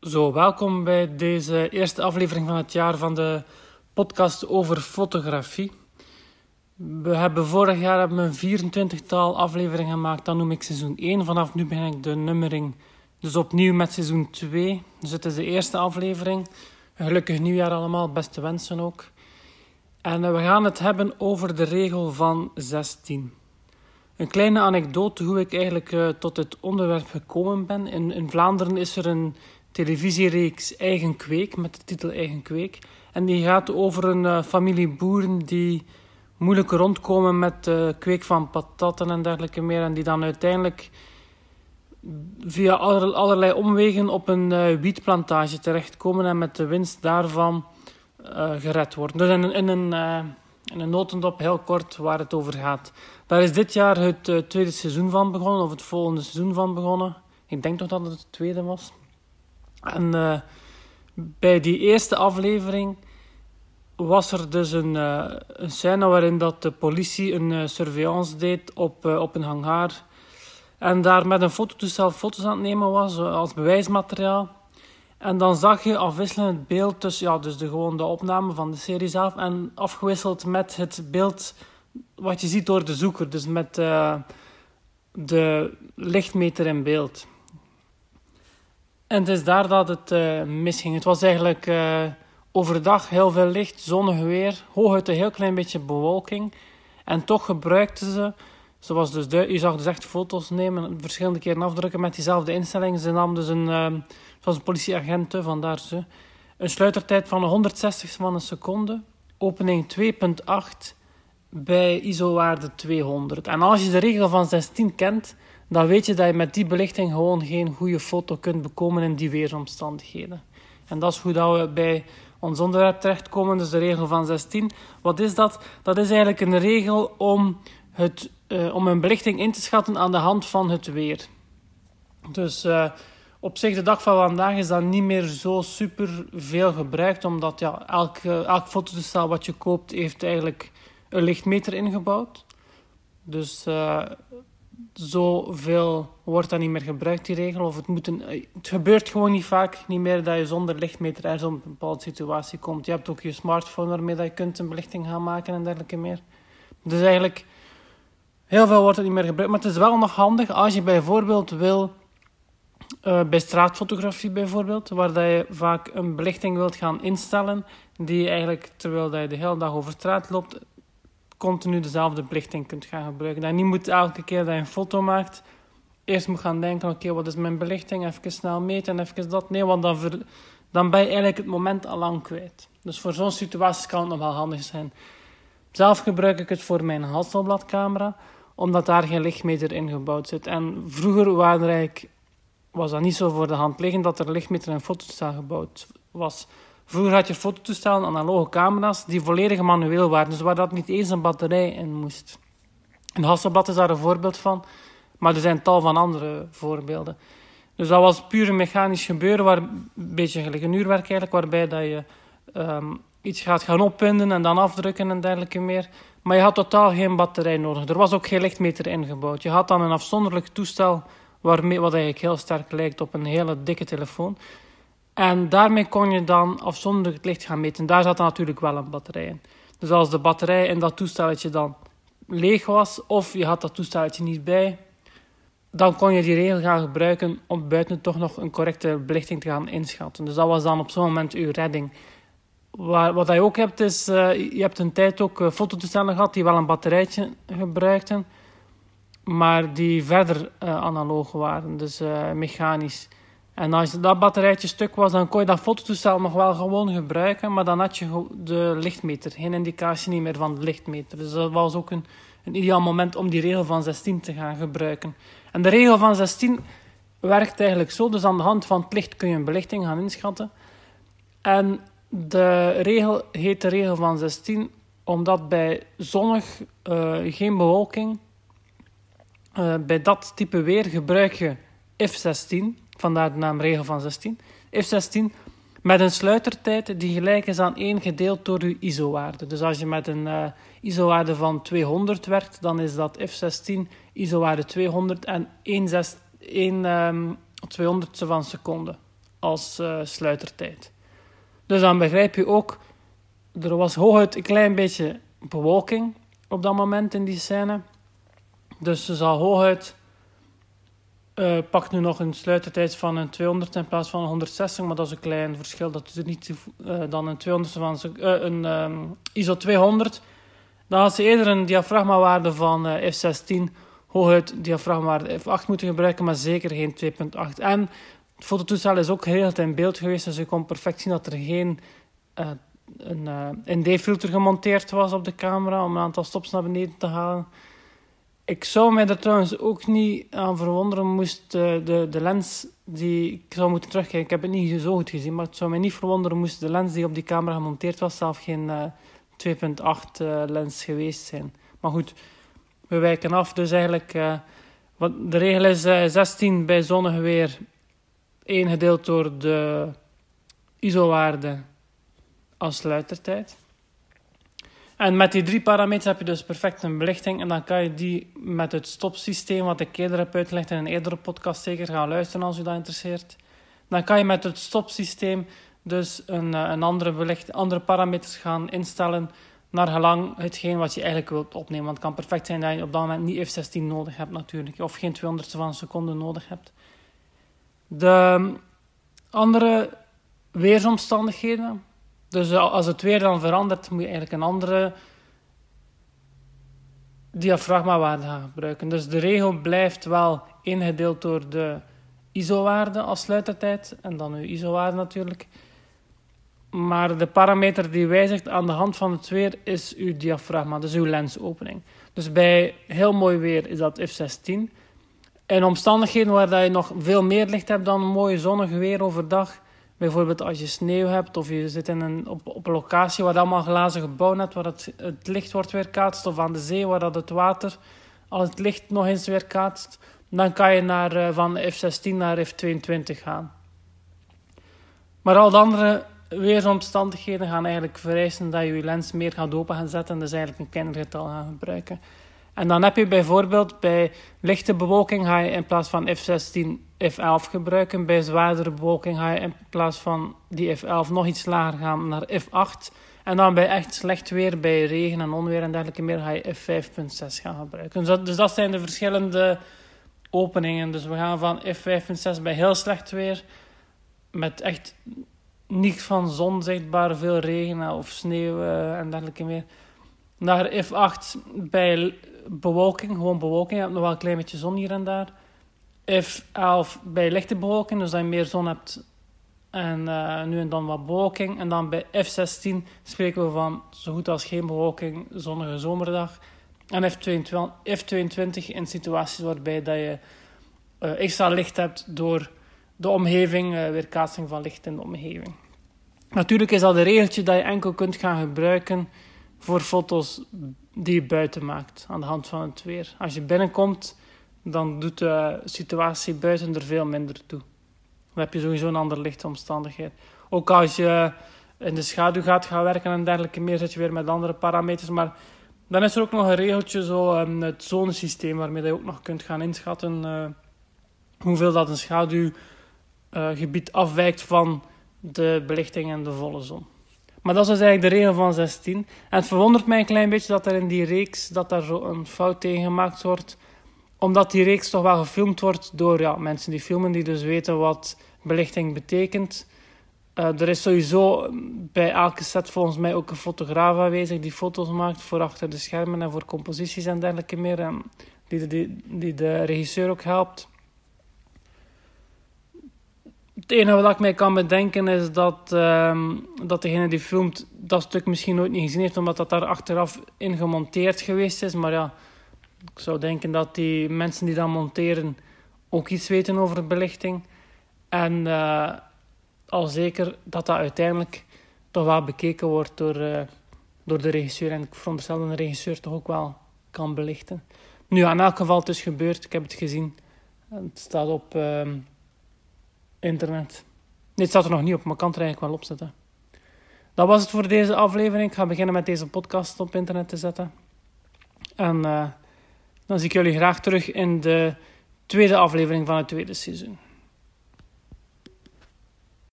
Zo, welkom bij deze eerste aflevering van het jaar van de podcast over fotografie. We hebben vorig jaar een 24-tal afleveringen gemaakt, dat noem ik seizoen 1. Vanaf nu begin ik de nummering, dus opnieuw met seizoen 2. Dus het is de eerste aflevering. Een gelukkig nieuwjaar allemaal, beste wensen ook. En we gaan het hebben over de regel van 16. Een kleine anekdote hoe ik eigenlijk tot dit onderwerp gekomen ben. In Vlaanderen is er een televisiereeks Eigen Kweek, met de titel Eigen Kweek. En die gaat over een familie boeren die moeilijk rondkomen met kweek van patatten en dergelijke meer. En die dan uiteindelijk via allerlei omwegen op een wietplantage terechtkomen en met de winst daarvan gered worden. Dus in een notendop heel kort waar het over gaat. Daar is dit jaar het tweede seizoen van begonnen, of het volgende seizoen van begonnen. Ik denk toch dat het het tweede was. En bij die eerste aflevering was er dus een scène waarin dat de politie een surveillance deed op een hangar. En daar met een fototoestel foto's aan het nemen was, als bewijsmateriaal. En dan zag je afwisselend het beeld tussen dus gewoon de opname van de serie zelf en afgewisseld met het beeld wat je ziet door de zoeker. Dus met de lichtmeter in beeld. En het is daar dat het misging. Het was eigenlijk overdag heel veel licht, zonnig weer, hooguit een heel klein beetje bewolking. En toch gebruikten ze, zoals dus je zag dus echt foto's nemen, verschillende keren afdrukken met diezelfde instellingen. Ze nam dus zoals een politieagent, vandaar ze, een sluitertijd van 160 van een seconde, opening 2.8 bij ISO-waarde 200. En als je de regel van 16 kent, dan weet je dat je met die belichting gewoon geen goede foto kunt bekomen in die weersomstandigheden. En dat is hoe dat we bij ons onderwerp terechtkomen, dus de regel van 16. Wat is dat? Dat is eigenlijk een regel om een belichting in te schatten aan de hand van het weer. Dus op zich, de dag van vandaag is dat niet meer zo super veel gebruikt, omdat elk fototoestel wat je koopt heeft eigenlijk een lichtmeter ingebouwd. Dus zoveel wordt dat niet meer gebruikt, die regel. Of het gebeurt gewoon niet vaak niet meer dat je zonder lichtmeter ergens op een bepaalde situatie komt. Je hebt ook je smartphone waarmee dat je kunt een belichting gaan maken en dergelijke meer. Dus eigenlijk, heel veel wordt het niet meer gebruikt. Maar het is wel nog handig als je bijvoorbeeld wil, bij straatfotografie bijvoorbeeld, waar dat je vaak een belichting wilt gaan instellen, die je eigenlijk, terwijl dat je de hele dag over straat loopt, continu dezelfde belichting kunt gaan gebruiken. Dat je niet moet elke keer dat je een foto maakt, eerst moet gaan denken, oké, wat is mijn belichting? Even snel meten en even dat. Nee, want dan ben je eigenlijk het moment al lang kwijt. Dus voor zo'n situaties kan het nog wel handig zijn. Zelf gebruik ik het voor mijn Hasselblad-camera, omdat daar geen lichtmeter in gebouwd zit. En vroeger was dat niet zo voor de hand liggend dat er lichtmeter in een fototoestel gebouwd was. Vroeger had je fototoestellen, analoge camera's, die volledig manueel waren. Dus waar dat niet eens een batterij in moest. Een Hasselblad is daar een voorbeeld van. Maar er zijn tal van andere voorbeelden. Dus dat was puur een mechanisch gebeuren, een beetje gelijk een uurwerk eigenlijk, waarbij dat je iets gaat gaan opwinden en dan afdrukken en dergelijke meer. Maar je had totaal geen batterij nodig. Er was ook geen lichtmeter ingebouwd. Je had dan een afzonderlijk toestel, wat eigenlijk heel sterk lijkt op een hele dikke telefoon. En daarmee kon je dan afzonderlijk het licht gaan meten. Daar zat dan natuurlijk wel een batterij in. Dus als de batterij in dat toestelletje dan leeg was, of je had dat toestelletje niet bij, dan kon je die regel gaan gebruiken om buiten toch nog een correcte belichting te gaan inschatten. Dus dat was dan op zo'n moment je redding. Wat je ook hebt is, je hebt een tijd ook fototoestellen gehad die wel een batterijtje gebruikten, maar die verder analoog waren, dus mechanisch. En als dat batterijtje stuk was, dan kon je dat fototoestel nog wel gewoon gebruiken, maar dan had je de lichtmeter, geen indicatie niet meer van de lichtmeter. Dus dat was ook een ideaal moment om die regel van 16 te gaan gebruiken. En de regel van 16 werkt eigenlijk zo, dus aan de hand van het licht kun je een belichting gaan inschatten. En de regel heet de regel van 16, omdat bij zonnig, geen bewolking, bij dat type weer gebruik je F16, vandaar de naam regel van 16. F16 met een sluitertijd die gelijk is aan 1 gedeeld door je ISO-waarde. Dus als je met een ISO-waarde van 200 werkt, dan is dat F16 ISO-waarde 200 en 1 200ste van een seconde. als sluitertijd. Dus dan begrijp je ook, er was hooguit een klein beetje bewolking op dat moment in die scène. Dus ze zal hooguit, pak nu nog een sluitertijd van een 200 in plaats van een 160, maar dat is een klein verschil. Dat is niet dan een 200 van een ISO 200. Dan had ze eerder een diafragmawaarde van f16, hooguit diafragmawaarde f8 moeten gebruiken, maar zeker geen 2.8. En het fototoestel is ook heel in beeld geweest, dus je kon perfect zien dat er geen een ND-filter gemonteerd was op de camera om een aantal stops naar beneden te halen. Ik zou mij er trouwens ook niet aan verwonderen moest de lens die... Ik zou moeten terugkijken, ik heb het niet zo goed gezien, maar het zou mij niet verwonderen moest de lens die op die camera gemonteerd was zelf geen 2.8 lens geweest zijn. Maar goed, we wijken af. Dus eigenlijk, de regel is 16 bij zonnegeweer, 1 gedeeld door de ISO-waarde als sluitertijd. En met die 3 parameters heb je dus perfect een belichting. En dan kan je die met het stopsysteem, wat ik eerder heb uitgelegd in een eerdere podcast, zeker gaan luisteren als u dat interesseert. Dan kan je met het stopsysteem dus een andere parameters gaan instellen naar gelang hetgeen wat je eigenlijk wilt opnemen. Want het kan perfect zijn dat je op dat moment niet f16 nodig hebt natuurlijk. Of geen 200ste van een seconde nodig hebt. De andere weersomstandigheden. Dus als het weer dan verandert, moet je eigenlijk een andere diafragmawaarde gaan gebruiken. Dus de regel blijft wel ingedeeld door de ISO-waarde als sluitertijd. En dan uw ISO-waarde natuurlijk. Maar de parameter die wijzigt aan de hand van het weer is uw diafragma, dus uw lensopening. Dus bij heel mooi weer is dat f16. In omstandigheden waar je nog veel meer licht hebt dan een mooie zonnige weer overdag, bijvoorbeeld als je sneeuw hebt of je zit op een locatie waar je allemaal glazen gebouwen hebt, waar het licht wordt weerkaatst, of aan de zee waar dat het water al het licht nog eens weerkaatst, dan kan je van f16 naar f22 gaan. Maar al de andere weersomstandigheden gaan eigenlijk vereisen dat je je lens meer gaat open gaan zetten en dus eigenlijk een kleiner getal gaan gebruiken. En dan heb je bijvoorbeeld bij lichte bewolking ga je in plaats van f16 f11 gebruiken. Bij zwaardere bewolking ga je in plaats van die f11 nog iets lager gaan naar f8. En dan bij echt slecht weer, bij regen en onweer en dergelijke meer, ga je f5.6 gaan gebruiken. Dus dat zijn de verschillende openingen. Dus we gaan van f5.6 bij heel slecht weer, met echt niets van zon zichtbaar, veel regen of sneeuw en dergelijke meer, naar f8 bij bewolking, gewoon bewolking. Je hebt nog wel een klein beetje zon hier en daar. F11 bij lichte bewolking, dus dat je meer zon hebt en nu en dan wat bewolking. En dan bij F16 spreken we van zo goed als geen bewolking, zonnige zomerdag. En F22 in situaties waarbij dat je extra licht hebt door de omgeving, weerkaatsing van licht in de omgeving. Natuurlijk is dat een regeltje dat je enkel kunt gaan gebruiken voor foto's die je buiten maakt, aan de hand van het weer. Als je binnenkomt, dan doet de situatie buiten er veel minder toe. Dan heb je sowieso een andere lichtomstandigheid. Ook als je in de schaduw gaat gaan werken en dergelijke meer, zit je weer met andere parameters. Maar dan is er ook nog een regeltje, het zonesysteem, waarmee je ook nog kunt gaan inschatten hoeveel dat een schaduwgebied afwijkt van de belichting en de volle zon. Maar dat is dus eigenlijk de regel van 16. En het verwondert mij een klein beetje dat er in die reeks dat daar zo een fout tegen gemaakt wordt. Omdat die reeks toch wel gefilmd wordt door mensen die filmen, die dus weten wat belichting betekent. Er is sowieso bij elke set volgens mij ook een fotograaf aanwezig die foto's maakt voor achter de schermen en voor composities en dergelijke meer. En die de regisseur ook helpt. Het enige wat ik mij kan bedenken is dat degene die filmt dat stuk misschien nooit niet gezien heeft, omdat dat daar achteraf in gemonteerd geweest is. Maar ja, ik zou denken dat die mensen die dat monteren ook iets weten over belichting. En al zeker dat uiteindelijk toch wel bekeken wordt door de regisseur. En ik veronderstel dat een regisseur toch ook wel kan belichten. Nu, in elk geval, het is gebeurd. Ik heb het gezien. Het staat op internet. Nee, het staat er nog niet op, maar ik kan het er eigenlijk wel op zetten. Dat was het voor deze aflevering. Ik ga beginnen met deze podcast op internet te zetten. En dan zie ik jullie graag terug in de tweede aflevering van het tweede seizoen.